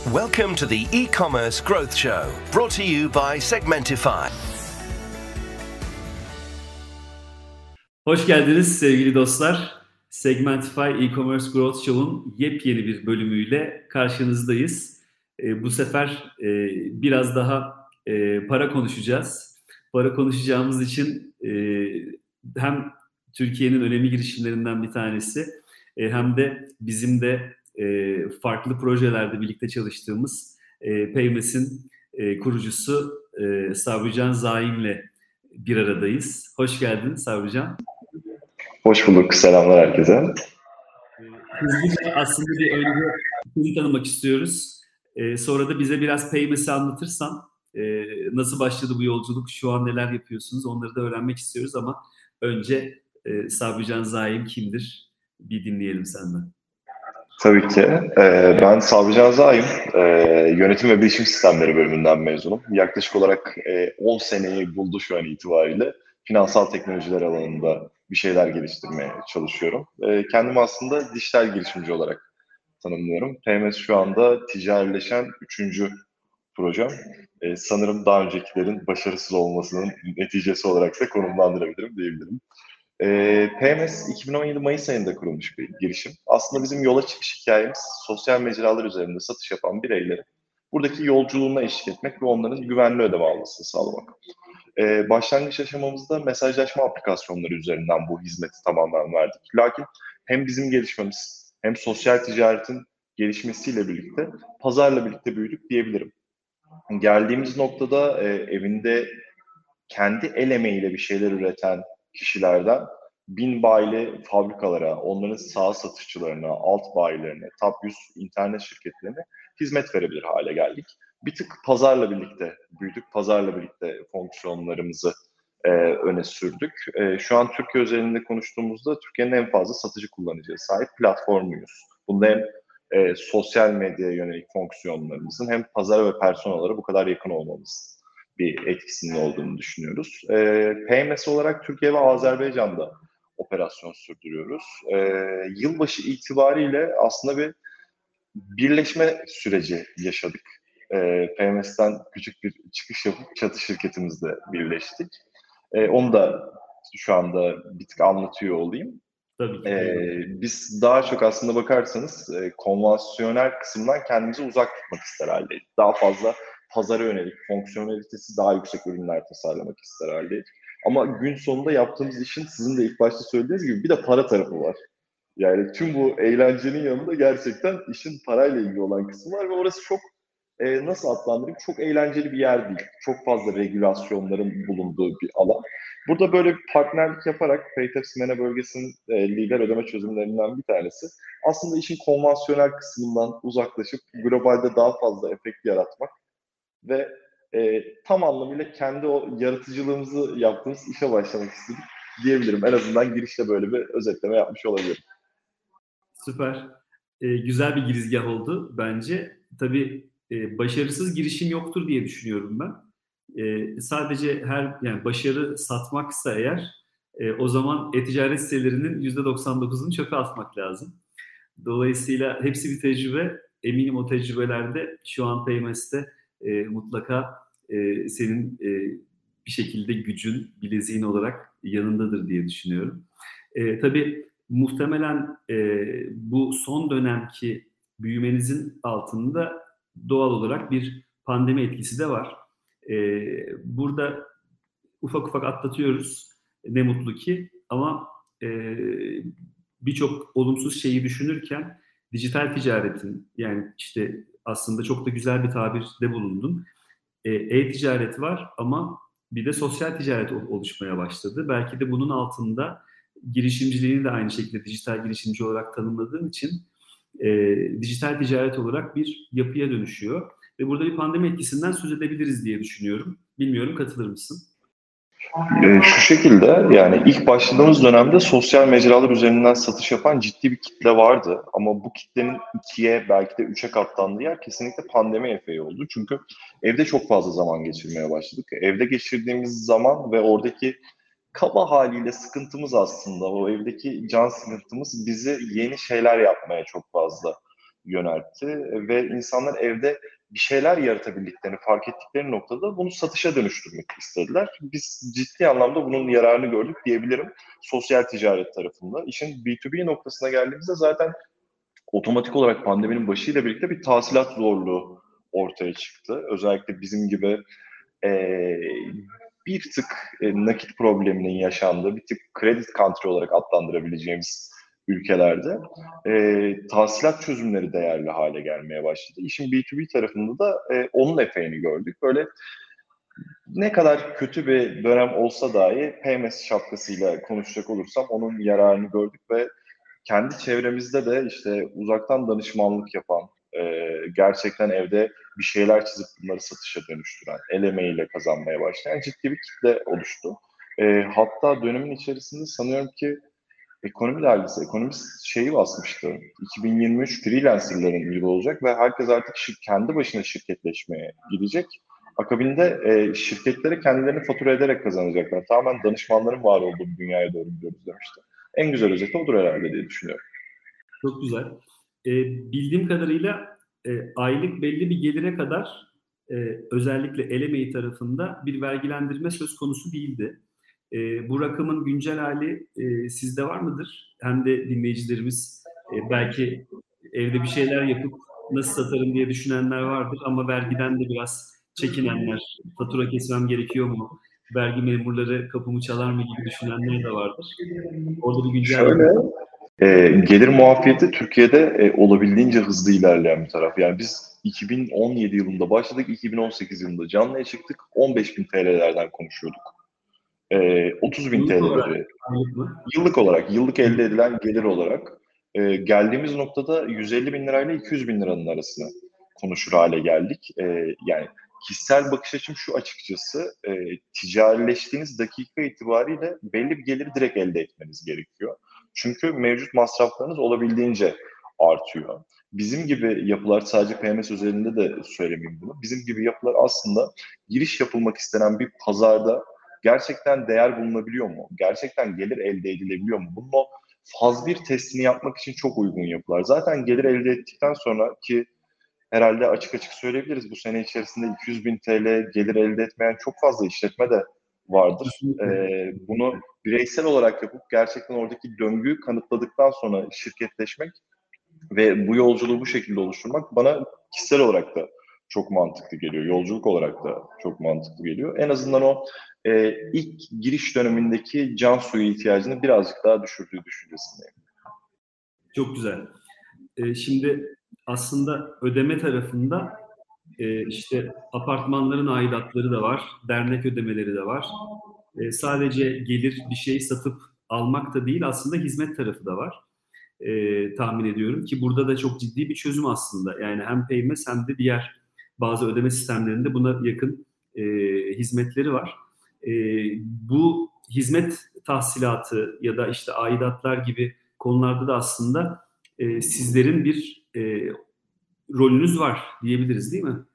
Welcome to the E-Commerce Growth Show, brought to you by Segmentify. Hoş geldiniz sevgili dostlar. Segmentify E-Commerce Growth Show'un yepyeni bir bölümüyle karşınızdayız. Bu sefer biraz daha para konuşacağız. Para konuşacağımız için hem Türkiye'nin önemli girişimlerinden bir tanesi hem de bizim de farklı projelerde birlikte çalıştığımız Paymes'in kurucusu Sabrican Zaim'le bir aradayız. Hoş geldin Sabrican. Hoş bulduk. Selamlar herkese. Hızlıca aslında bir önce seni tanımak istiyoruz. Sonra da bize biraz Paymes'i anlatırsan nasıl başladı bu yolculuk, şu an neler yapıyorsunuz onları da öğrenmek istiyoruz ama önce Sabrican Zaim kimdir? Bir dinleyelim senden. Tabii ki. Ben Sabrican Zaim, Yönetim ve Bilişim Sistemleri bölümünden mezunum. Yaklaşık olarak 10 seneyi buldu şu an itibariyle. Finansal teknolojiler alanında bir şeyler geliştirmeye çalışıyorum. Kendimi aslında dijital girişimci olarak tanımlıyorum. PMS şu anda ticarileşen 3. projem. Sanırım daha öncekilerin başarısız olmasının neticesi olarak da konumlandırabilirim diyebilirim. PMS 2017 Mayıs ayında kurulmuş bir girişim. Aslında bizim yola çıkış hikayemiz sosyal mecralar üzerinde satış yapan bireyleri buradaki yolculuğuna eşlik etmek ve onların güvenli ödeme almasını sağlamak. Başlangıç aşamamızda mesajlaşma aplikasyonları üzerinden bu hizmeti tamamen verdik. Lakin hem bizim gelişmemiz hem sosyal ticaretin gelişmesiyle birlikte pazarla birlikte büyüdük diyebilirim. Geldiğimiz noktada evinde kendi el emeğiyle bir şeyler üreten kişilerden bin bayili fabrikalara, onların sağ satışçılarına, alt bayilerine, top 100 internet şirketlerine hizmet verebilir hale geldik. Bir tık pazarla birlikte büyüdük, pazarla birlikte fonksiyonlarımızı öne sürdük. Şu an Türkiye özelinde konuştuğumuzda Türkiye'nin en fazla satıcı kullanıcıya sahip platformuyuz. Bunda hem sosyal medyaya yönelik fonksiyonlarımızın hem pazara ve personellara bu kadar yakın olmamız bir etkisinin olduğunu düşünüyoruz. PMS olarak Türkiye ve Azerbaycan'da operasyon sürdürüyoruz. Yılbaşı itibariyle aslında bir birleşme süreci yaşadık. PMS'ten küçük bir çıkış yapıp çatı şirketimizle birleştik. Onu da şu anda bir tık anlatıyor olayım. Tabii ki. Biz daha çok aslında bakarsanız konvansiyonel kısımdan kendimizi uzak tutmak ister haldeydik. Daha fazla pazara yönelik, fonksiyonelitesi daha yüksek ürünler tasarlamak ister haldeydik. Ama gün sonunda yaptığımız işin sizin de ilk başta söylediğiniz gibi bir de para tarafı var. Yani tüm bu eğlencenin yanında gerçekten işin parayla ilgili olan kısmı var ve orası çok nasıl adlandırayım? Çok eğlenceli bir yer değil. Çok fazla regülasyonların bulunduğu bir alan. Burada böyle bir partnerlik yaparak Paytax MENA bölgesinin lider ödeme çözümlerinden bir tanesi aslında işin konvansiyonel kısmından uzaklaşıp globalde daha fazla efekt yaratmak ve tam anlamıyla kendi o yaratıcılığımızı yaptığımız işe başlamak istedik diyebilirim. En azından girişte böyle bir özetleme yapmış olabilirim. Süper. Güzel bir girizgah oldu bence. Tabii başarısız girişim yoktur diye düşünüyorum ben. Sadece yani başarı satmaksa eğer o zaman e-ticaret sitelerinin %99'unu çöpe atmak lazım. Dolayısıyla hepsi bir tecrübe. Eminim o tecrübelerde şu an Paymes'te mutlaka senin bir şekilde gücün, bileziğin olarak yanındadır diye düşünüyorum. Tabii muhtemelen bu son dönemki büyümenizin altında doğal olarak bir pandemi etkisi de var. Burada ufak ufak atlatıyoruz. Ne mutlu ki. Ama birçok olumsuz şeyi düşünürken dijital ticaretin, yani işte aslında çok da güzel bir tabirde bulundun. E-ticaret var ama bir de sosyal ticaret oluşmaya başladı. Belki de bunun altında girişimciliğini de aynı şekilde dijital girişimci olarak tanımladığın için dijital ticaret olarak bir yapıya dönüşüyor. Ve burada bir pandemi etkisinden söz edebiliriz diye düşünüyorum. Bilmiyorum, katılır mısın? Şu şekilde, yani ilk başladığımız dönemde sosyal mecralar üzerinden satış yapan ciddi bir kitle vardı. Ama bu kitlenin 2'ye belki de 3'e katlandığı yer kesinlikle pandemi efeği oldu. Çünkü evde çok fazla zaman geçirmeye başladık. Evde geçirdiğimiz zaman ve oradaki kaba haliyle sıkıntımız, aslında o evdeki can sıkıntımız bizi yeni şeyler yapmaya çok fazla yöneltti ve insanlar evde bir şeyler yaratabildiklerini fark ettikleri noktada bunu satışa dönüştürmek istediler. Biz ciddi anlamda bunun yararını gördük diyebilirim sosyal ticaret tarafında. İşin B2B noktasına geldiğimizde zaten otomatik olarak pandeminin başıyla birlikte bir tahsilat zorluğu ortaya çıktı. Özellikle bizim gibi e, bir tık nakit probleminin yaşandığı, bir tık kredi country olarak adlandırabileceğimiz ülkelerde tahsilat çözümleri değerli hale gelmeye başladı. İşin B2B tarafında da onun efeğini gördük. Böyle ne kadar kötü bir dönem olsa dahi PMS şapkasıyla konuşacak olursam onun yararını gördük ve kendi çevremizde de işte uzaktan danışmanlık yapan, gerçekten evde bir şeyler çizip bunları satışa dönüştüren, el emeğiyle kazanmaya başlayan ciddi bir kitle oluştu. Hatta dönemin içerisinde sanıyorum ki Ekonomi dergisi, Ekonomist şeyi basmıştı. 2023 freelancerların yılı olacak ve herkes artık kendi başına şirketleşmeye gidecek. Akabinde şirketleri kendilerini fatura ederek kazanacaklar. Tamamen danışmanların var olduğu bir dünyaya doğru gidiyoruz demişti. En güzel özeti odur herhalde diye düşünüyorum. Çok güzel. Bildiğim kadarıyla aylık belli bir gelire kadar özellikle el emeği tarafında bir vergilendirme söz konusu değildi. Bu rakamın güncel hali sizde var mıdır? Hem de dinleyicilerimiz belki evde bir şeyler yapıp nasıl satarım diye düşünenler vardır ama vergiden de biraz çekinenler, fatura kesmem gerekiyor mu, vergi memurları kapımı çalar mı gibi düşünenler de vardır. Orada bir güncel... Şöyle, gelir muafiyeti Türkiye'de olabildiğince hızlı ilerleyen bir taraf. Yani biz 2017 yılında başladık, 2018 yılında canlıya çıktık, 15.000 TL'lerden konuşuyorduk. 30.000 TL'leri yıllık elde edilen gelir olarak geldiğimiz noktada 150 bin lirayla 200 bin liranın arasına konuşur hale geldik. Yani kişisel bakış açım şu açıkçası, ticarileştiğiniz dakika itibariyle belli bir geliri direkt elde etmeniz gerekiyor. Çünkü mevcut masraflarınız olabildiğince artıyor. Bizim gibi yapılar, sadece PMS özelinde de söylemeyeyim bunu, bizim gibi yapılar aslında giriş yapılmak istenen bir pazarda gerçekten değer bulunabiliyor mu? Gerçekten gelir elde edilebiliyor mu? Bunun o faz bir testini yapmak için çok uygun yapılar. Zaten gelir elde ettikten sonra ki herhalde açık açık söyleyebiliriz, bu sene içerisinde 200 bin TL gelir elde etmeyen çok fazla işletme de vardır. Bunu bireysel olarak yapıp gerçekten oradaki döngüyü kanıtladıktan sonra şirketleşmek ve bu yolculuğu bu şekilde oluşturmak bana kişisel olarak da çok mantıklı geliyor. Yolculuk olarak da çok mantıklı geliyor. En azından o ilk giriş dönemindeki can suyu ihtiyacını birazcık daha düşürdüğü düşüncesindeyim. Çok güzel. Şimdi aslında ödeme tarafında işte apartmanların aidatları da var, dernek ödemeleri de var. Sadece gelir bir şey satıp almak da değil, aslında hizmet tarafı da var. Tahmin ediyorum ki burada da çok ciddi bir çözüm aslında. Yani hem PayMes hem de diğer bazı ödeme sistemlerinde buna yakın hizmetleri var. Bu hizmet tahsilatı ya da işte aidatlar gibi konularda da aslında sizlerin bir rolünüz var diyebiliriz, değil mi?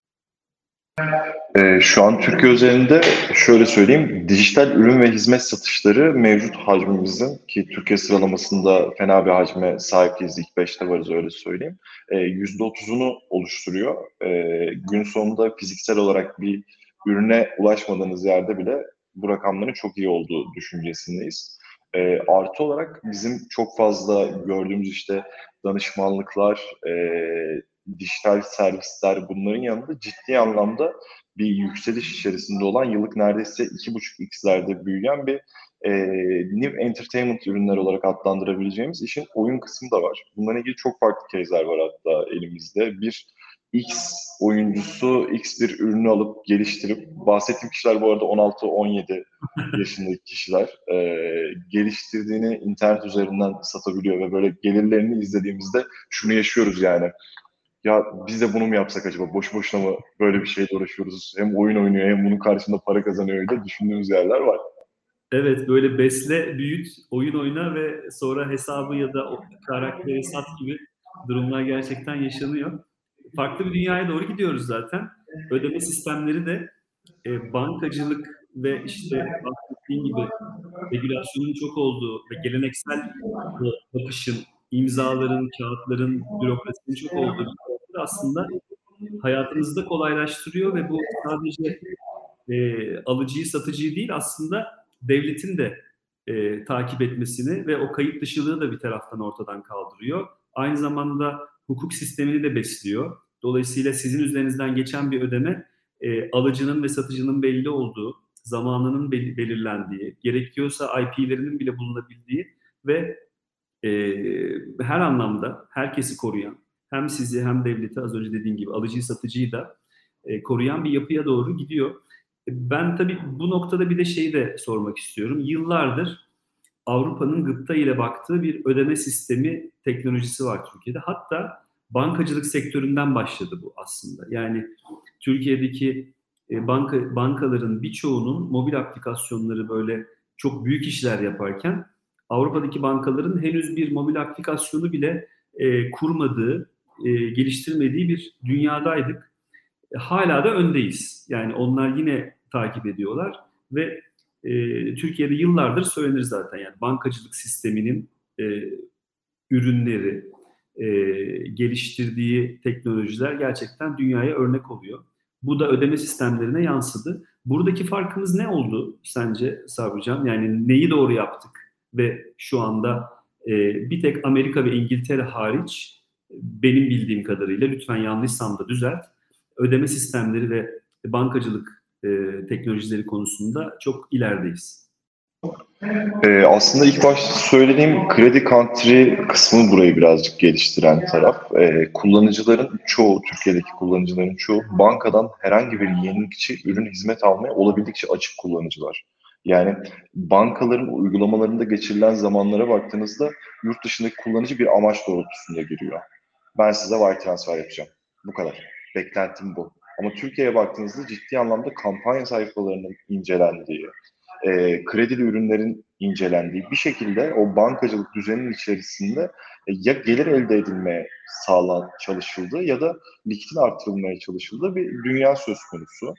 Şu an Türkiye özelinde şöyle söyleyeyim, dijital ürün ve hizmet satışları mevcut hacmimizin, ki Türkiye sıralamasında fena bir hacme sahibiz, ilk 5'te varız öyle söyleyeyim, %30'unu oluşturuyor. Gün sonunda fiziksel olarak bir ürüne ulaşmadığınız yerde bile bu rakamların çok iyi olduğu düşüncesindeyiz. Artı olarak bizim çok fazla gördüğümüz işte danışmanlıklar, dijital servisler, bunların yanında ciddi anlamda bir yükseliş içerisinde olan, yıllık neredeyse 2,5x'lerde büyüyen bir new entertainment ürünler olarak adlandırabileceğimiz işin oyun kısmı da var. Bunlarla ilgili çok farklı case'ler var hatta elimizde. Bir X oyuncusu X bir ürünü alıp geliştirip, bahsettiğim kişiler bu arada 16-17 yaşındaki kişiler, geliştirdiğini internet üzerinden satabiliyor ve böyle gelirlerini izlediğimizde şunu yaşıyoruz yani. Ya biz de bunu mu yapsak acaba? Boş boşuna mı böyle bir şeyle uğraşıyoruz? Hem oyun oynuyor hem bunun karşında para kazanıyor diye düşündüğümüz yerler var. Evet, böyle besle, büyüt, oyun oyna ve sonra hesabı ya da o karakteri sat gibi durumlar gerçekten yaşanıyor. Farklı bir dünyaya doğru gidiyoruz zaten. Ödeme sistemleri de bankacılık ve işte bahsettiğim gibi regülasyonun çok olduğu ve geleneksel bakışın imzaların, kağıtların, bürokrasinin çok olduğu bir noktada aslında hayatınızı da kolaylaştırıyor ve bu sadece alıcıyı, satıcıyı değil aslında devletin de takip etmesini ve o kayıt dışılığı da bir taraftan ortadan kaldırıyor. Aynı zamanda hukuk sistemini de besliyor. Dolayısıyla sizin üzerinizden geçen bir ödeme alıcının ve satıcının belli olduğu, zamanının belirlendiği, gerekiyorsa IP'lerinin bile bulunabildiği ve her anlamda herkesi koruyan, hem sizi hem devleti, az önce dediğim gibi alıcıyı satıcıyı da koruyan bir yapıya doğru gidiyor. Ben tabii bu noktada bir de şeyi de sormak istiyorum. Yıllardır Avrupa'nın gıpta ile baktığı bir ödeme sistemi teknolojisi var Türkiye'de. Hatta bankacılık sektöründen başladı bu aslında. Yani Türkiye'deki bankaların birçoğunun mobil aplikasyonları böyle çok büyük işler yaparken Avrupa'daki bankaların henüz bir mobil aplikasyonu bile kurmadığı, geliştirmediği bir dünyadaydık. Hala da öndeyiz. Yani onlar yine takip ediyorlar ve Türkiye'de yıllardır söylenir zaten. Yani bankacılık sisteminin ürünleri, geliştirdiği teknolojiler gerçekten dünyaya örnek oluyor. Bu da ödeme sistemlerine yansıdı. Buradaki farkımız ne oldu sence Sabrican? Yani neyi doğru yaptık ve şu anda bir tek Amerika ve İngiltere hariç benim bildiğim kadarıyla, lütfen yanlışsam da düzelt, ödeme sistemleri ve bankacılık teknolojileri konusunda çok ilerideyiz. Aslında ilk başta söylediğim kredi country kısmı burayı birazcık geliştiren taraf. Kullanıcıların çoğu, Türkiye'deki kullanıcıların çoğu bankadan herhangi bir yenilikçi ürün hizmet almaya olabildikçe açık kullanıcılar. Yani bankaların uygulamalarında geçirilen zamanlara baktığınızda yurt dışındaki kullanıcı bir amaç doğrultusunda giriyor. Ben size wire transfer yapacağım. Bu kadar. Beklentim bu. Ama Türkiye'ye baktığınızda ciddi anlamda kampanya sayfalarının incelendiği, kredili ürünlerin incelendiği bir şekilde o bankacılık düzeninin içerisinde ya gelir elde edilmeye çalışıldığı ya da likitin artırılmaya çalışıldığı bir dünya söz konusu.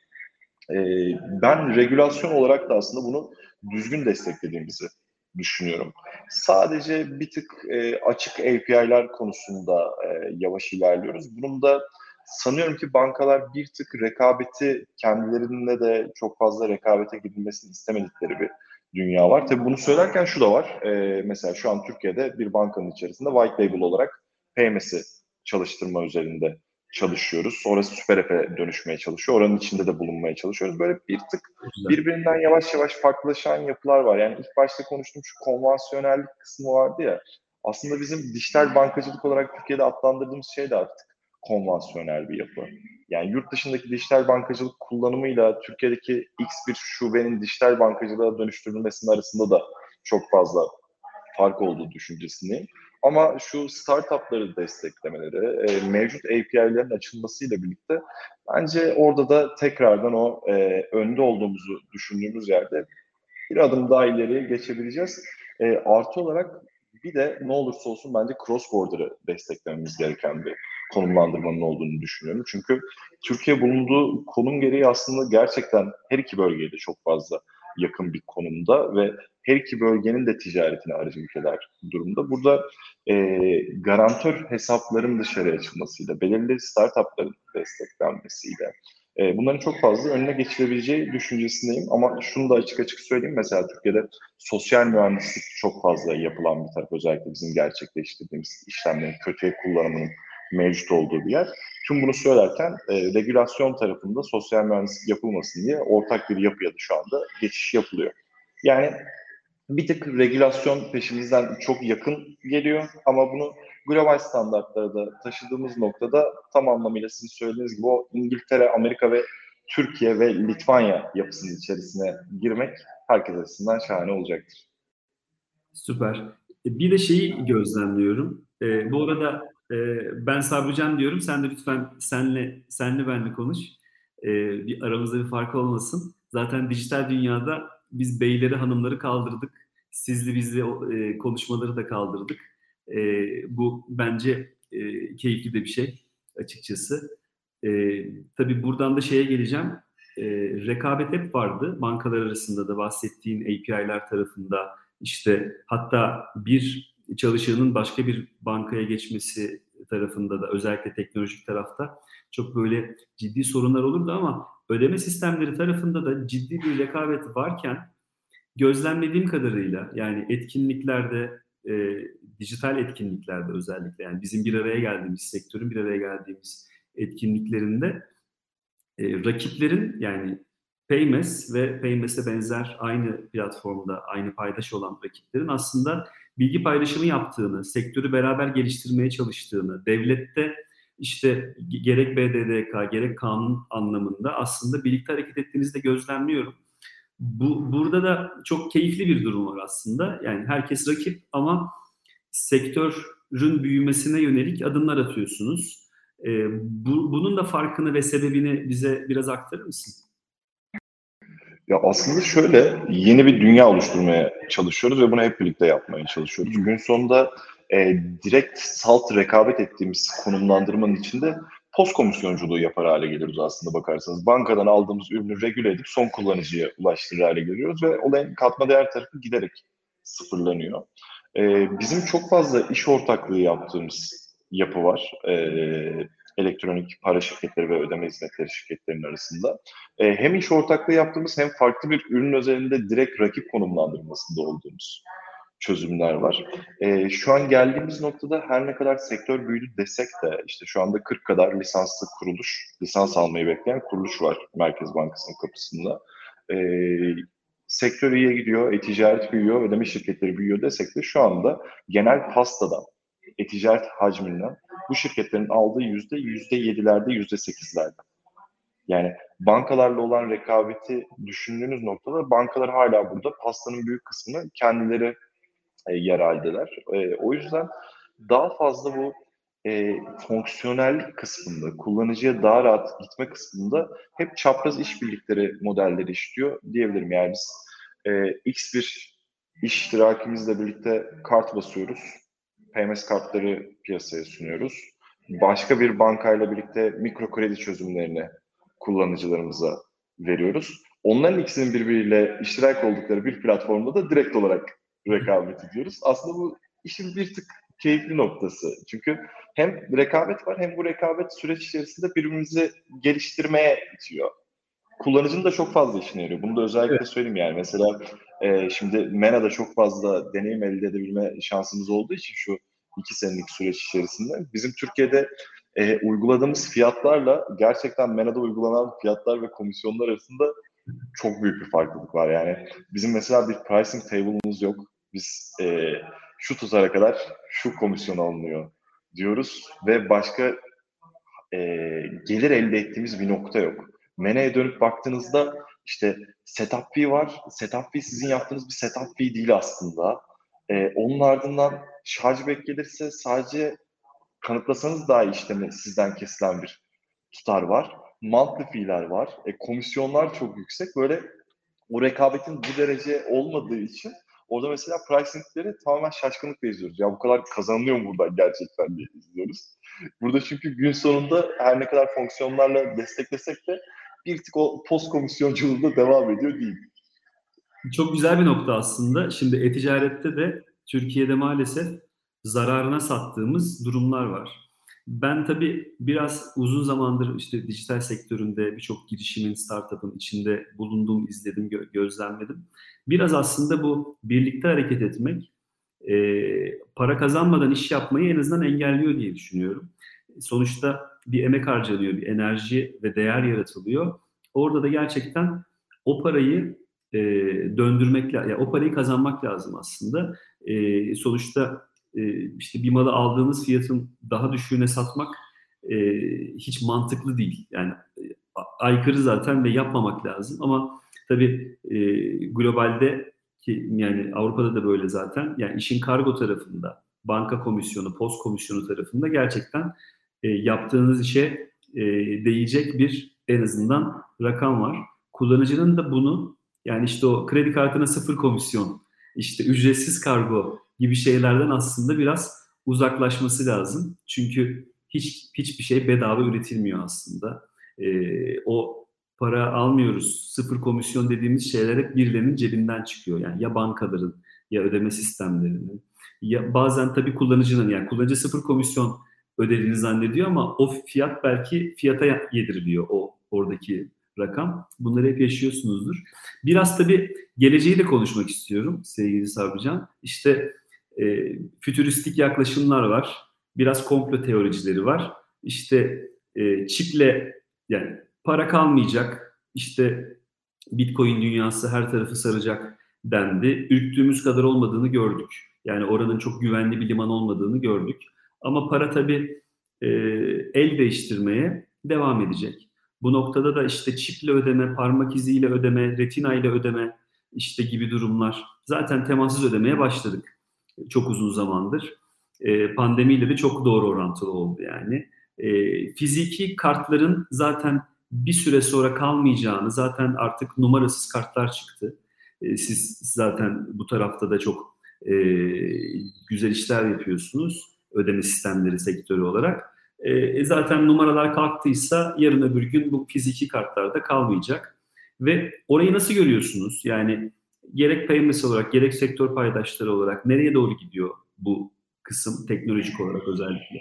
Ben regülasyon olarak da aslında bunu düzgün desteklediğimizi düşünüyorum. Sadece bir tık açık API'ler konusunda yavaş ilerliyoruz. Bunun da sanıyorum ki bankalar bir tık rekabeti kendilerinde de çok fazla rekabete gidilmesini istemedikleri bir dünya var. Tabii bunu söylerken şu da var. Mesela şu an Türkiye'de bir bankanın içerisinde white label olarak PMS'i çalıştırma üzerinde çalışıyoruz. Orası süper app'e dönüşmeye çalışıyor. Oranın içinde de bulunmaya çalışıyoruz. Böyle bir tık birbirinden yavaş yavaş farklılaşan yapılar var. Yani ilk başta konuştuğum şu konvansiyonellik kısmı vardı ya. Aslında bizim dijital bankacılık olarak Türkiye'de adlandırdığımız şey de artık konvansiyonel bir yapı. Yani yurt dışındaki dijital bankacılık kullanımıyla Türkiye'deki X bir şubenin dijital bankacılığa dönüştürülmesinin arasında da çok fazla fark olduğu düşüncesindeyim. Ama şu startupları desteklemeleri, mevcut API'lerin açılmasıyla birlikte bence orada da tekrardan o önde olduğumuzu düşündüğümüz yerde bir adım daha ileriye geçebileceğiz. Artı olarak bir de ne olursa olsun bence cross border'ı desteklememiz gereken bir konumlandırmanın olduğunu düşünüyorum. Çünkü Türkiye bulunduğu konum gereği aslında gerçekten her iki bölgeye de çok fazla yakın bir konumda ve her iki bölgenin de ticaretine aracı ülkeler durumda. Burada garantör hesapların dışarıya çıkmasıyla, belirli startupların desteklenmesiyle bunların çok fazla önüne geçilebileceği düşüncesindeyim. Ama şunu da açık açık söyleyeyim. Mesela Türkiye'de sosyal mühendislik çok fazla yapılan bir taraf. Özellikle bizim gerçekleştirdiğimiz işlemlerin kötüye kullanımının mevcut olduğu bir yer. Tüm bunu söylerken regülasyon tarafında sosyal mühendislik yapılmasın diye ortak bir yapıya da şu anda geçiş yapılıyor. Yani bir tık regülasyon peşimizden çok yakın geliyor ama bunu global standartlara da taşıdığımız noktada tam anlamıyla sizin söylediğiniz gibi o İngiltere, Amerika ve Türkiye ve Litvanya yapısının içerisine girmek herkes açısından şahane olacaktır. Süper. Bir de şeyi gözlemliyorum. Bu arada ben Sabrican diyorum. Sen de lütfen senle benle konuş. Bir aramızda bir fark olmasın. Zaten dijital dünyada biz beyleri hanımları kaldırdık. Sizli bizli konuşmaları da kaldırdık. Bu bence keyifli de bir şey açıkçası. Tabii buradan da şeye geleceğim. Rekabet hep vardı. Bankalar arasında da bahsettiğin API'ler tarafında işte hatta bir çalışanın başka bir bankaya geçmesi tarafında da, özellikle teknolojik tarafta çok böyle ciddi sorunlar olurdu ama ödeme sistemleri tarafında da ciddi bir rekabet varken gözlemlediğim kadarıyla, yani etkinliklerde, dijital etkinliklerde özellikle, yani bizim bir araya geldiğimiz, sektörün bir araya geldiğimiz etkinliklerinde rakiplerin, yani Paymess ve Paymess'e benzer aynı platformda, aynı paydaş olan rakiplerin aslında bilgi paylaşımı yaptığını, sektörü beraber geliştirmeye çalıştığını, devlette işte gerek BDDK gerek kanun anlamında aslında birlikte hareket ettiğinizi de gözlemliyorum. Burada da çok keyifli bir durum var aslında. Yani herkes rakip ama sektörün büyümesine yönelik adımlar atıyorsunuz. Bunun da farkını ve sebebini bize biraz aktarır mısın? Ya aslında şöyle, yeni bir dünya oluşturmaya çalışıyoruz ve bunu hep birlikte yapmaya çalışıyoruz. Gün sonunda direkt salt rekabet ettiğimiz konumlandırmanın içinde post komisyonculuğu yapar hale geliyoruz aslında bakarsanız. Bankadan aldığımız ürünü regüle edip son kullanıcıya ulaştırır hale geliyoruz ve olayın katma değer tarafı giderek sıfırlanıyor. Bizim çok fazla iş ortaklığı yaptığımız yapı var. Elektronik para şirketleri ve ödeme hizmetleri şirketlerinin arasında. Hem iş ortaklığı yaptığımız hem farklı bir ürün özelinde direkt rakip konumlandırmasında olduğumuz çözümler var. Şu an geldiğimiz noktada her ne kadar sektör büyüdü desek de işte şu anda 40 kadar lisanslı kuruluş, lisans almayı bekleyen kuruluş var Merkez Bankası'nın kapısında. Sektör iyiye gidiyor, e-ticaret büyüyor, ödeme şirketleri büyüyor desek de şu anda genel pastadan, e-ticaret hacminden bu şirketlerin aldığı %7'lerde, %8'lerde. Yani bankalarla olan rekabeti düşündüğünüz noktada bankalar hala burada pastanın büyük kısmını kendileri yer aldılar. O yüzden daha fazla bu fonksiyonellik kısmında, kullanıcıya daha rahat gitme kısmında hep çapraz işbirlikleri modelleri işliyor diyebilirim. Yani biz X bir iştirakimizle birlikte kart basıyoruz. PMS kartları piyasaya sunuyoruz. Başka bir bankayla birlikte mikro kredi çözümlerini kullanıcılarımıza veriyoruz. Onların ikisinin birbiriyle iştirak oldukları bir platformda da direkt olarak rekabet ediyoruz. Aslında bu işin bir tık keyifli noktası. Çünkü hem rekabet var hem bu rekabet süreç içerisinde birbirimizi geliştirmeye itiyor. Kullanıcının da çok fazla işine yarıyor. Bunu da özellikle söyleyeyim yani. Mesela şimdi MENA'da çok fazla deneyim elde edebilme şansımız olduğu için şu 2 senelik süreç içerisinde bizim Türkiye'de uyguladığımız fiyatlarla gerçekten MENA'da uygulanan fiyatlar ve komisyonlar arasında çok büyük bir farklılık var. Yani bizim mesela bir pricing table'ımız yok. Biz şu tutara kadar şu komisyon alınıyor diyoruz ve başka gelir elde ettiğimiz bir nokta yok. MENA'ya dönüp baktığınızda işte setup fee var. Setup fee sizin yaptığınız bir setup fee değil aslında. Onun ardından chargeback gelirse sadece kanıtlasanız daha işlemi sizden kesilen bir tutar var. Monthly fee'ler var. Komisyonlar çok yüksek. Böyle o rekabetin bu derece olmadığı için orada mesela pricing'leri tamamen şaşkınlıkla izliyoruz. Ya bu kadar kazanılıyor mu buradan gerçekten diye izliyoruz. Burada çünkü gün sonunda her ne kadar fonksiyonlarla desteklesek de bir tık o post komisyonculuğu da devam ediyor değil. Çok güzel bir nokta aslında. Şimdi e-ticarette de Türkiye'de maalesef zararına sattığımız durumlar var. Ben tabii biraz uzun zamandır işte dijital sektöründe birçok girişimin, startup'ın içinde bulundum, izledim, gözlemledim. Biraz aslında bu birlikte hareket etmek, para kazanmadan iş yapmayı en azından engelliyor diye düşünüyorum. Sonuçta bir emek harcanıyor, bir enerji ve değer yaratılıyor. Orada da gerçekten o parayı döndürmek, yani o parayı kazanmak lazım aslında. Sonuçta işte bir malı aldığınız fiyatın daha düşüğüne satmak hiç mantıklı değil. Yani aykırı zaten ve yapmamak lazım. Ama tabii globalde ki yani Avrupa'da da böyle zaten. Yani işin kargo tarafında, banka komisyonu, post komisyonu tarafında gerçekten yaptığınız işe değecek bir en azından rakam var. Kullanıcının da bunu, yani işte o kredi kartına 0 komisyon, işte ücretsiz kargo gibi şeylerden aslında biraz uzaklaşması lazım. Çünkü hiçbir şey bedava üretilmiyor aslında. O para almıyoruz, 0 komisyon dediğimiz şeyler hep birilerinin cebinden çıkıyor. Yani ya bankaların ya ödeme sistemlerinin. Ya, bazen tabii kullanıcının, yani kullanıcı sıfır komisyon ödediğini zannediyor ama o fiyat belki fiyata yediriliyor, o oradaki rakam. Bunları hep yaşıyorsunuzdur. Biraz tabii geleceği de konuşmak istiyorum sevgili Sabrican. İşte fütüristik yaklaşımlar var. Biraz komplo teoricileri var. İşte çiple, yani para kalmayacak, İşte Bitcoin dünyası her tarafı saracak dendi. Ürktüğümüz kadar olmadığını gördük. Yani oranın çok güvenli bir liman olmadığını gördük. Ama para tabii el değiştirmeye devam edecek. Bu noktada da işte çiple ödeme, parmak iziyle ödeme, retina ile ödeme işte gibi durumlar. Zaten temassız ödemeye başladık çok uzun zamandır. Pandemiyle de çok doğru orantılı oldu yani. Fiziki kartların zaten bir süre sonra kalmayacağını, zaten artık numarasız kartlar çıktı. Siz zaten bu tarafta da çok güzel işler yapıyorsunuz, ödeme sistemleri sektörü olarak. Zaten numaralar kalktıysa yarın öbür gün bu fiziki kartlar da kalmayacak. Ve orayı nasıl görüyorsunuz? Yani gerek payments olarak, gerek sektör paydaşları olarak nereye doğru gidiyor bu kısım, teknolojik olarak özellikle?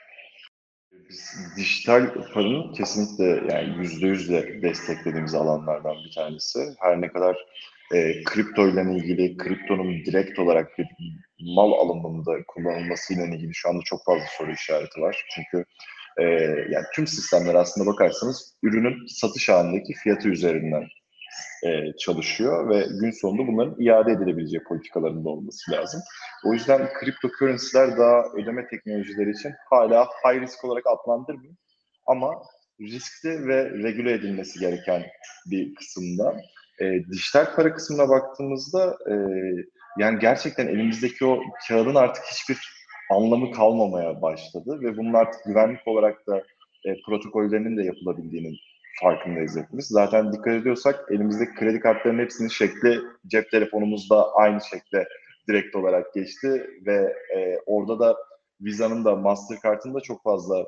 Biz dijital paranın kesinlikle yani %100 de desteklediğimiz alanlardan bir tanesi. Her ne kadar kripto ile ilgili, kriptonun direkt olarak bir mal alımında kullanılmasıyla ilgili şu anda çok fazla soru işareti var. Çünkü yani tüm sistemler aslında bakarsanız ürünün satış halindeki fiyatı üzerinden çalışıyor ve gün sonunda bunların iade edilebileceği politikalarında olması lazım. O yüzden cryptocurrency'ler daha ödeme teknolojileri için hala high risk olarak adlandırmıyor. Ama riskli ve regüle edilmesi gereken bir kısımda. Dijital para kısmına baktığımızda yani gerçekten elimizdeki o kağıdın artık hiçbir anlamı kalmamaya başladı ve bunun artık güvenlik olarak da protokollerinin de yapılabildiğinin farkındayız hepimiz. Zaten dikkat ediyorsak elimizdeki kredi kartlarının hepsinin şekli cep telefonumuzda aynı şekle direkt olarak geçti ve orada da Visa'nın da Mastercard'ın da çok fazla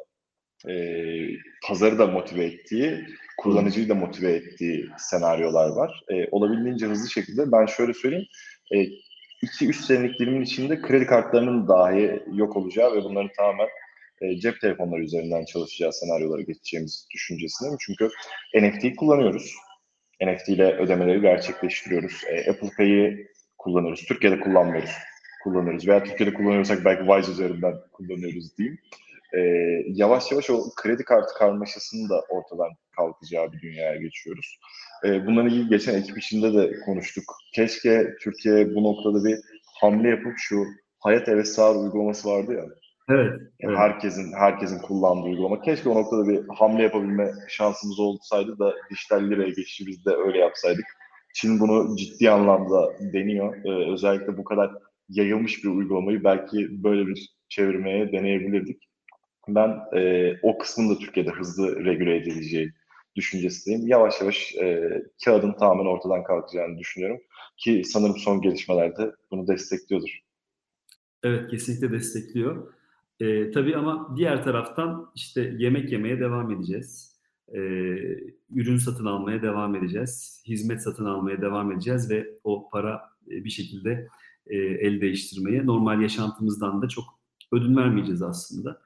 pazarı da motive ettiği, kullanıcıyı da motive ettiği senaryolar var. Olabildiğince hızlı şekilde ben şöyle söyleyeyim, 2-3 senelik dilimin içinde kredi kartlarının dahi yok olacağı ve bunların tamamen cep telefonları üzerinden çalışacağı senaryolara geçeceğimiz düşüncesindeyim. Çünkü NFT kullanıyoruz. NFT ile ödemeleri gerçekleştiriyoruz. Apple Pay'i kullanıyoruz. Türkiye'de kullanmıyoruz. Kullanıyoruz. Veya Türkiye'de kullanıyorsak belki Wise üzerinden kullanıyoruz diyeyim. Yavaş yavaş o kredi kartı karmaşasının da ortadan kalkacağı bir dünyaya geçiyoruz. Bununla ilgili geçen ekip içinde de konuştuk. Keşke Türkiye bu noktada bir hamle yapıp şu Hayat Evet Sağır uygulaması vardı ya. Evet, evet. Herkesin kullandığı uygulama. Keşke o noktada bir hamle yapabilme şansımız olsaydı da dijital liraya geçişi biz de öyle yapsaydık. Çin bunu ciddi anlamda deniyor. Özellikle bu kadar yayılmış bir uygulamayı belki böyle bir çevirmeye deneyebilirdik. Ben o kısmın da Türkiye'de hızlı regüle edileceği düşüncesindeyim. Yavaş yavaş kağıdın tamamen ortadan kalkacağını düşünüyorum. Ki sanırım son gelişmelerde bunu destekliyordur. Evet, kesinlikle destekliyor. Tabii ama diğer taraftan işte yemek yemeye devam edeceğiz. Ürün satın almaya devam edeceğiz. Hizmet satın almaya devam edeceğiz ve o para bir şekilde el değiştirmeye, normal yaşantımızdan da çok ödün vermeyeceğiz aslında.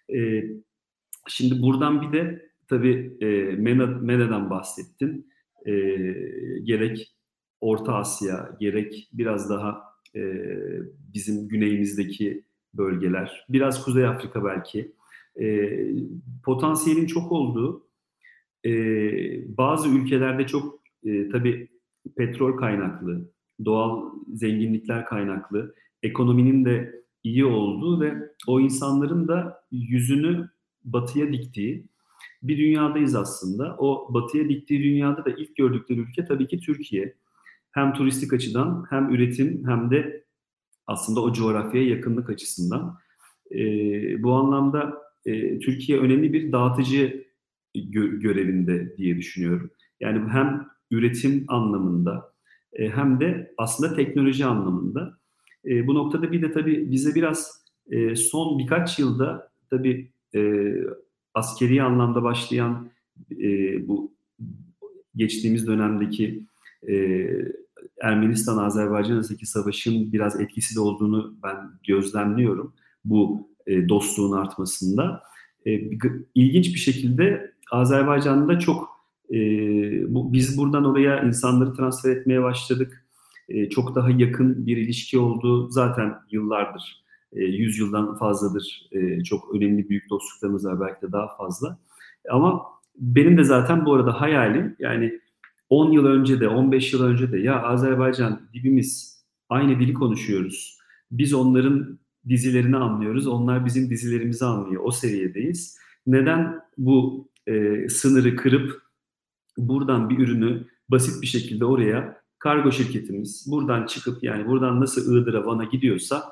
Şimdi buradan bir de tabii MENA'dan bahsettin. Gerek Orta Asya, gerek biraz daha bizim güneyimizdeki bölgeler, biraz Kuzey Afrika belki. Potansiyelin çok olduğu, bazı ülkelerde çok tabii petrol kaynaklı, doğal zenginlikler kaynaklı, ekonominin de iyi olduğu ve o insanların da yüzünü batıya diktiği bir dünyadayız aslında. O batıya diktiği dünyada da ilk gördükleri ülke tabii ki Türkiye. Hem turistik açıdan, hem üretim, hem de aslında o coğrafyaya yakınlık açısından. Bu anlamda Türkiye önemli bir dağıtıcı görevinde diye düşünüyorum. Yani hem üretim anlamında hem de aslında teknoloji anlamında. Bu noktada bir de tabii bize biraz son birkaç yılda tabii askeri anlamda başlayan bu geçtiğimiz dönemdeki Ermenistan-Azerbaycan arasındaki savaşın biraz etkisi de olduğunu ben gözlemliyorum bu dostluğun artmasında. İlginç bir şekilde Azerbaycan'da çok biz buradan oraya insanları transfer etmeye başladık. Çok daha yakın bir ilişki oldu. Zaten yıllardır, 100 yıldan fazladır çok önemli büyük dostluklarımız var, belki de daha fazla. Ama benim de zaten bu arada hayalim, yani 10 yıl önce de 15 yıl önce de ya Azerbaycan dibimiz, aynı dili konuşuyoruz. Biz onların dizilerini anlıyoruz, onlar bizim dizilerimizi anlıyor. O seviyedeyiz. Neden bu sınırı kırıp buradan bir ürünü basit bir şekilde oraya kargo şirketimiz buradan çıkıp, yani buradan nasıl Iğdır'a, Van'a gidiyorsa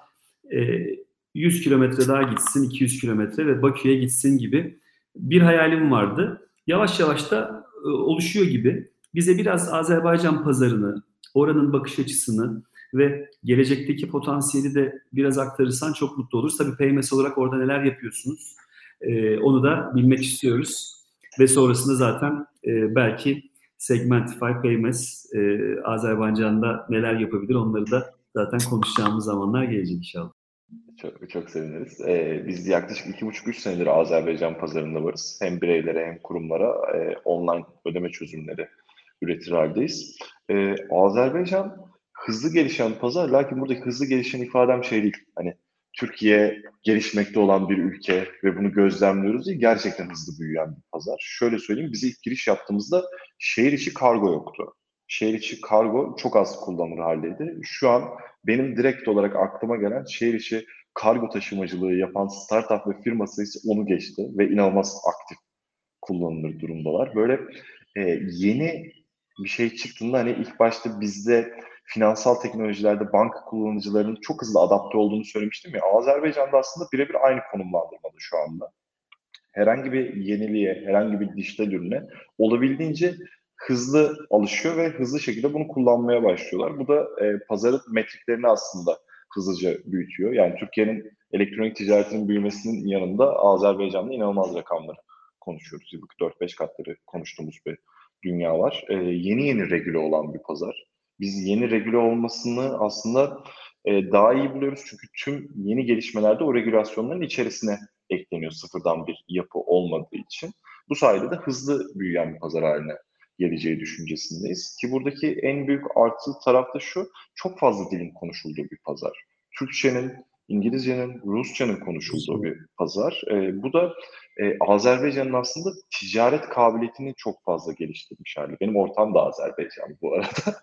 100 kilometre daha gitsin, 200 kilometre ve Bakü'ye gitsin gibi bir hayalim vardı. Yavaş yavaş da oluşuyor gibi. Bize biraz Azerbaycan pazarını, oranın bakış açısını ve gelecekteki potansiyeli de biraz aktarırsan çok mutlu oluruz. Tabii Paymess olarak orada neler yapıyorsunuz? Onu da bilmek istiyoruz. Ve sonrasında zaten belki Segmentify, Paymess, Azerbaycan'da neler yapabilir, onları da zaten konuşacağımız zamanlar gelecek inşallah. Çok, çok seviniriz. Biz yaklaşık 2,5-3 senedir Azerbaycan pazarında varız. Hem bireylere hem kurumlara online ödeme çözümleri üretir haldeyiz. Azerbaycan hızlı gelişen pazar, lakin buradaki hızlı gelişen ifadem şey değil. Hani Türkiye gelişmekte olan bir ülke ve bunu gözlemliyoruz değil, gerçekten hızlı büyüyen bir pazar. Şöyle söyleyeyim, bize ilk giriş yaptığımızda şehir içi kargo yoktu. Şehir içi kargo çok az kullanılır haldeydi. Şu an benim direkt olarak aklıma gelen şehir içi kargo taşımacılığı yapan startup ve firma sayısı onu geçti ve inanılmaz aktif kullanılır durumdalar. Böyle yeni bir şey çıktığında hani ilk başta bizde finansal teknolojilerde banka kullanıcılarının çok hızlı adapte olduğunu söylemiştim ya. Azerbaycan'da aslında birebir aynı konumlandırmada şu anda. Herhangi bir yeniliğe, herhangi bir dijital ürüne olabildiğince hızlı alışıyor ve hızlı şekilde bunu kullanmaya başlıyorlar. Bu da pazarın metriklerini aslında hızlıca büyütüyor. Yani Türkiye'nin elektronik ticaretinin büyümesinin yanında Azerbaycan'da inanılmaz rakamları konuşuyoruz. Yıllık 4-5 katları konuştuğumuz bir dünya var. Yeni regüle olan bir pazar. Biz yeni regüle olmasını aslında daha iyi buluyoruz. Çünkü tüm yeni gelişmelerde o regülasyonların içerisine ekleniyor, sıfırdan bir yapı olmadığı için. Bu sayede de hızlı büyüyen bir pazar haline geleceği düşüncesindeyiz. Ki buradaki en büyük artı taraf da şu, çok fazla dilin konuşulduğu bir pazar. Türkçenin, İngilizcenin, Rusçanın konuşulduğu bir pazar. Bu da Azerbaycan'ın aslında ticaret kabiliyetini çok fazla geliştirmiş hali. Benim ortam da Azerbaycan bu arada.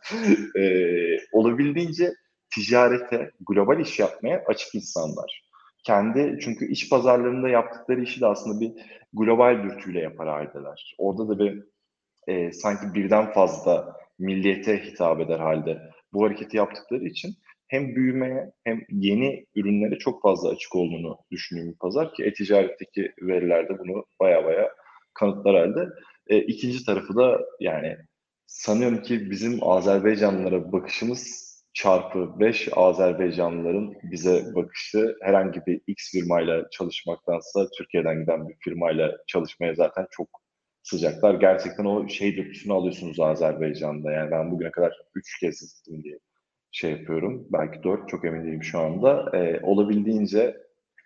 Olabildiğince ticarete, global iş yapmaya açık insanlar. Çünkü iç pazarlarında yaptıkları işi de aslında bir global dürtüyle yapar haldeler. Orada da bir sanki birden fazla milliyete hitap eder halde bu hareketi yaptıkları için hem büyümeye hem yeni ürünlere çok fazla açık olduğunu düşündüğüm bir pazar ki e-ticaretteki veriler de bunu baya kanıtlar halde. İkinci tarafı da yani sanıyorum ki bizim Azerbaycanlılara bakışımız çarpı 5 Azerbaycanlıların bize bakışı herhangi bir X firmayla çalışmaktansa Türkiye'den giden bir firmayla çalışmaya zaten çok sıcaklar. Gerçekten o şey dürtüsünü alıyorsunuz Azerbaycan'da. Yani ben bugüne kadar 3 kez gittim diye şey yapıyorum. Belki 4, çok emin değilim şu anda. Olabildiğince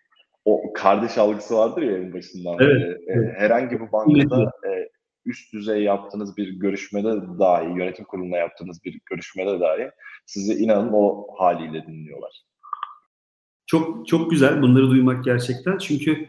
o kardeş algısı vardır ya en başından beri. Evet. Herhangi bir bankada üst düzey yaptığınız bir görüşmede dahi, yönetim kuruluna yaptığınız bir görüşmede dahi sizi inanın o haliyle dinliyorlar. Çok çok güzel bunları duymak gerçekten. Çünkü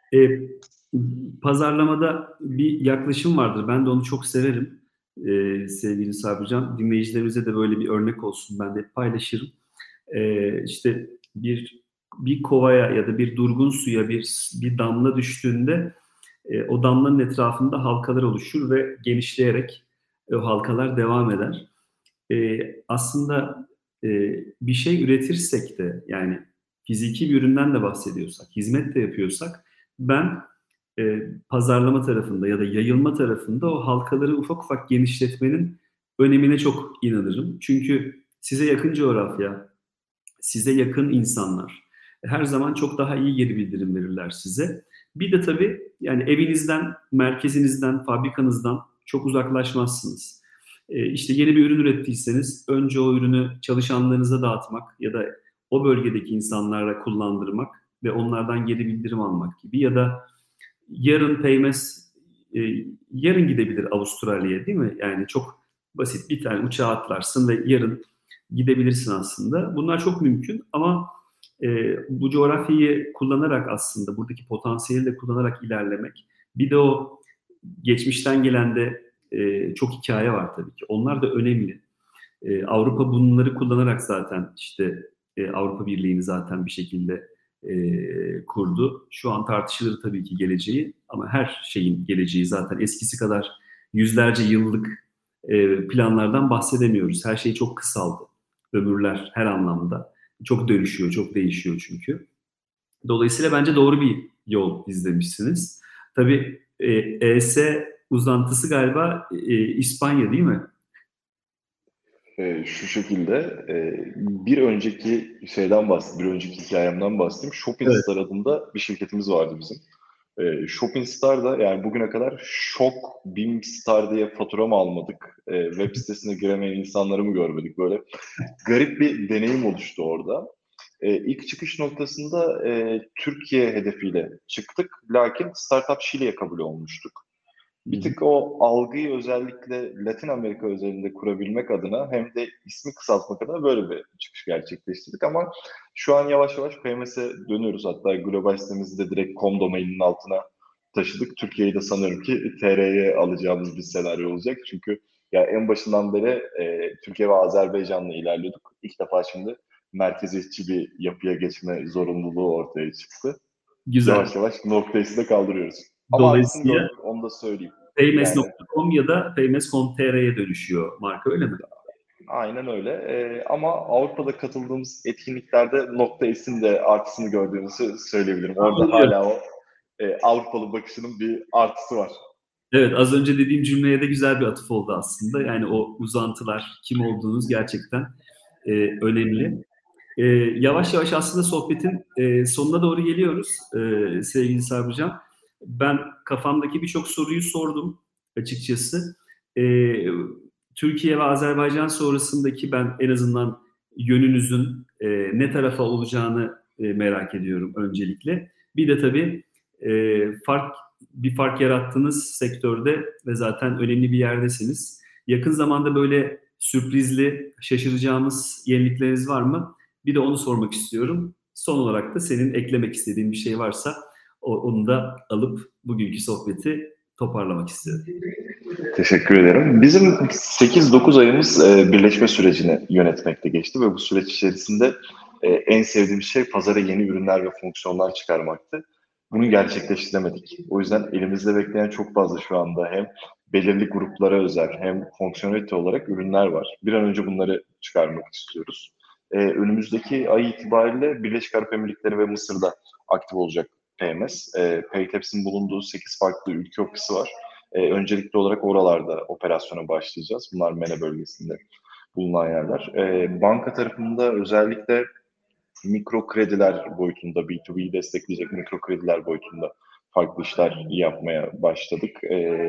pazarlamada bir yaklaşım vardır. Ben de onu çok severim. Sevgili Sabrican, dinleyicilerimize de böyle bir örnek olsun. Ben de paylaşırım. İşte bir kovaya ya da bir durgun suya bir damla düştüğünde o damlanın etrafında halkalar oluşur ve genişleyerek o halkalar devam eder. Aslında bir şey üretirsek de, yani fiziki bir üründen de bahsediyorsak, hizmet de yapıyorsak, ben pazarlama tarafında ya da yayılma tarafında o halkaları ufak ufak genişletmenin önemine çok inanırım. Çünkü size yakın coğrafya, size yakın insanlar her zaman çok daha iyi geri bildirim verirler size. Bir de tabii yani evinizden, merkezinizden, fabrikanızdan çok uzaklaşmazsınız. İşte yeni bir ürün ürettiyseniz önce o ürünü çalışanlarınıza dağıtmak ya da o bölgedeki insanlara kullandırmak ve onlardan geri bildirim almak gibi ya da yarın Paymez yarın gidebilir Avustralya'ya, değil mi? Yani çok basit bir tane uçağa atlarsın ve yarın gidebilirsin aslında. Bunlar çok mümkün ama bu coğrafyayı kullanarak aslında buradaki potansiyeli de kullanarak ilerlemek. Bir de o geçmişten gelen de çok hikaye var tabii ki. Onlar da önemli. Avrupa bunları kullanarak zaten işte Avrupa Birliği'ni zaten bir şekilde kurdu. Şu an tartışılır tabii ki geleceği ama her şeyin geleceği zaten eskisi kadar yüzlerce yıllık planlardan bahsedemiyoruz. Her şey çok kısaldı. Ömürler her anlamda. Çok dönüşüyor, çok değişiyor çünkü. Dolayısıyla bence doğru bir yol izlemişsiniz. Tabii ES uzantısı galiba İspanya, değil mi? Şu şekilde bir önceki şeyden bahsedeyim, bir önceki hikayemden bahsedeyim. Shopping Evet. Star adında bir şirketimiz vardı bizim. Shopping Star'da yani bugüne kadar Şok, Bim Star diye fatura mı almadık? Web sitesine giremeyen insanları mı görmedik? Böyle garip bir deneyim oluştu orada. İlk çıkış noktasında Türkiye hedefiyle çıktık. Lakin Startup Şili'ye kabul olmuştuk. Bir tık o algıyı özellikle Latin Amerika özelinde kurabilmek adına hem de ismi kısaltmak adına böyle bir çıkış gerçekleştirdik ama şu an yavaş yavaş PMS'e dönüyoruz. Hatta global sitemizi de direkt com domaininin altına taşıdık. Türkiye'yi de sanıyorum ki TR'ye alacağımız bir senaryo olacak. Çünkü ya en başından beri Türkiye ve Azerbaycan'la ilerliyorduk. İlk defa şimdi merkeziyetçi bir yapıya geçme zorunluluğu ortaya çıktı. Güzel. Yavaş yavaş noktayı da kaldırıyoruz. Ama artısını Dolayısıyla gördük, onu da söyleyeyim. Yani Paymez.com ya da Paymez.com.tr'ye dönüşüyor marka, öyle mi? aynen öyle. Ama Avrupa'da katıldığımız etkinliklerde nokta esin de artısını gördüğümüzü söyleyebilirim. Orada Anlıyorum. hala o Avrupalı bakışının bir artısı var. Evet, az önce dediğim cümleye de güzel bir atıf oldu aslında. Yani o uzantılar, kim olduğunuz gerçekten önemli. Yavaş yavaş aslında sohbetin sonuna doğru geliyoruz sevgili Sarpcan. Ben kafamdaki birçok soruyu sordum açıkçası. E, Türkiye ve Azerbaycan sonrasındaki ben en azından yönünüzün ne tarafa olacağını merak ediyorum öncelikle. Bir de tabii bir fark yarattığınız sektörde ve zaten önemli bir yerdesiniz. Yakın zamanda böyle sürprizli, şaşıracağımız yenilikleriniz var mı? Bir de onu sormak istiyorum. Son olarak da senin eklemek istediğin bir şey varsa onu da alıp bugünkü sohbeti toparlamak istiyorum. Teşekkür ederim. Bizim 8-9 ayımız birleşme sürecini yönetmekte geçti ve bu süreç içerisinde en sevdiğim şey pazara yeni ürünler ve fonksiyonlar çıkarmaktı. Bunu gerçekleştiremedik. O yüzden elimizde bekleyen çok fazla şu anda hem belirli gruplara özel hem fonksiyonelite olarak ürünler var. Bir an önce bunları çıkarmak istiyoruz. Önümüzdeki ay itibariyle Birleşik Arap Emirlikleri ve Mısır'da aktif olacak PMS. Paytaps'in bulunduğu 8 farklı ülke ofisi var. Öncelikli olarak oralarda operasyona başlayacağız. Bunlar MENA bölgesinde bulunan yerler. Banka tarafında özellikle mikro krediler boyutunda, B2B'yi destekleyecek mikro krediler boyutunda farklı işler yapmaya başladık.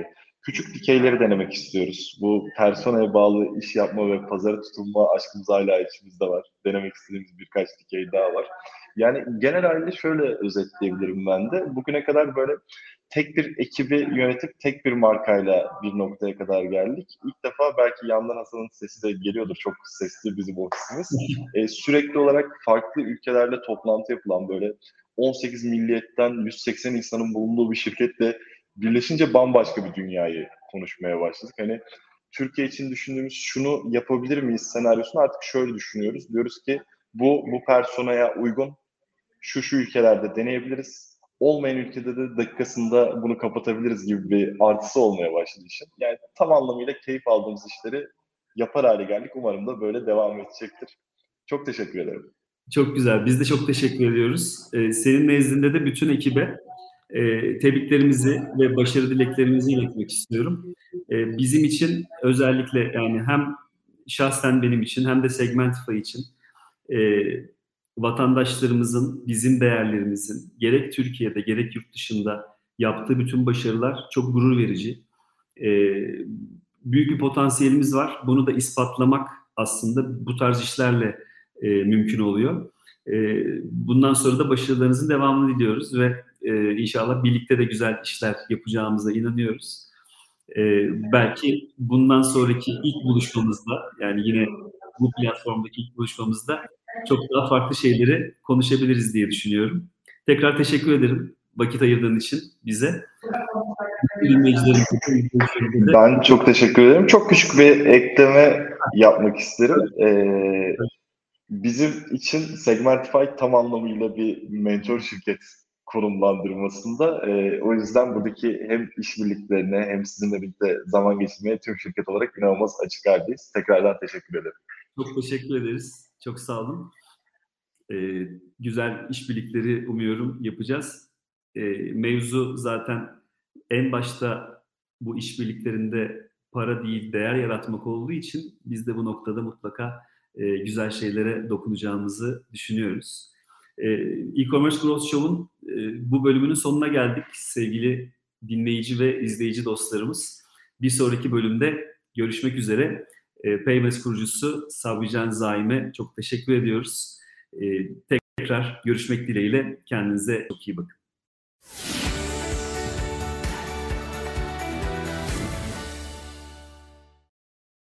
Küçük dikeyleri denemek istiyoruz. Bu personaya bağlı iş yapma ve pazara tutulma aşkımız hala içimizde var. Denemek istediğimiz birkaç dikey daha var. Yani genel halde şöyle özetleyebilirim ben de. Bugüne kadar böyle tek bir ekibi yönetip tek bir markayla bir noktaya kadar geldik. İlk defa belki yandan Hasan'ın sesi de geliyordur. Çok sesli bizim ofisimiz. Sürekli olarak farklı ülkelerle toplantı yapılan böyle 18 milliyetten 180 insanın bulunduğu bir şirketle birleşince bambaşka bir dünyayı konuşmaya başladık. Hani Türkiye için düşündüğümüz şunu yapabilir miyiz senaryosunu artık şöyle düşünüyoruz. Diyoruz ki bu personaya uygun şu ülkelerde deneyebiliriz. Olmayan ülkede de dakikasında bunu kapatabiliriz gibi bir artısı olmaya başladı işin. Yani tam anlamıyla keyif aldığımız işleri yapar hale geldik. Umarım da böyle devam edecektir. Çok teşekkür ederim. Çok güzel. Biz de çok teşekkür ediyoruz. Senin nezdinde de bütün ekibe tebriklerimizi ve başarı dileklerimizi iletmek istiyorum. Bizim için özellikle yani hem şahsen benim için hem de Segmentify için vatandaşlarımızın, bizim değerlerimizin gerek Türkiye'de gerek yurt dışında yaptığı bütün başarılar çok gurur verici. büyük bir potansiyelimiz var. Bunu da ispatlamak aslında bu tarz işlerle mümkün oluyor. Bundan sonra da başarılarınızın devamını diliyoruz ve inşallah birlikte de güzel işler yapacağımıza inanıyoruz. Belki bundan sonraki ilk buluşmamızda, yani yine bu platformdaki ilk buluşmamızda çok daha farklı şeyleri konuşabiliriz diye düşünüyorum. Tekrar teşekkür ederim vakit ayırdığın için bize. Ben çok teşekkür ederim. Çok küçük bir ekleme yapmak isterim. Bizim için Segmentify tam anlamıyla bir mentor şirket konumlandırmasında. O yüzden buradaki hem işbirliklerine hem sizinle birlikte zaman geçirmeye tüm şirket olarak inanılmaz açık haldeyiz. Tekrardan teşekkür ederim. Çok teşekkür ederiz. Çok sağ olun. Güzel işbirlikleri umuyorum yapacağız. Mevzu zaten en başta bu işbirliklerinde para değil değer yaratmak olduğu için biz de bu noktada mutlaka güzel şeylere dokunacağımızı düşünüyoruz. E-Commerce Growth Show'un bu bölümünün sonuna geldik sevgili dinleyici ve izleyici dostlarımız. Bir sonraki bölümde görüşmek üzere. Payments kurucusu Sabrican Zaim'e çok teşekkür ediyoruz. Tekrar görüşmek dileğiyle, kendinize çok iyi bakın.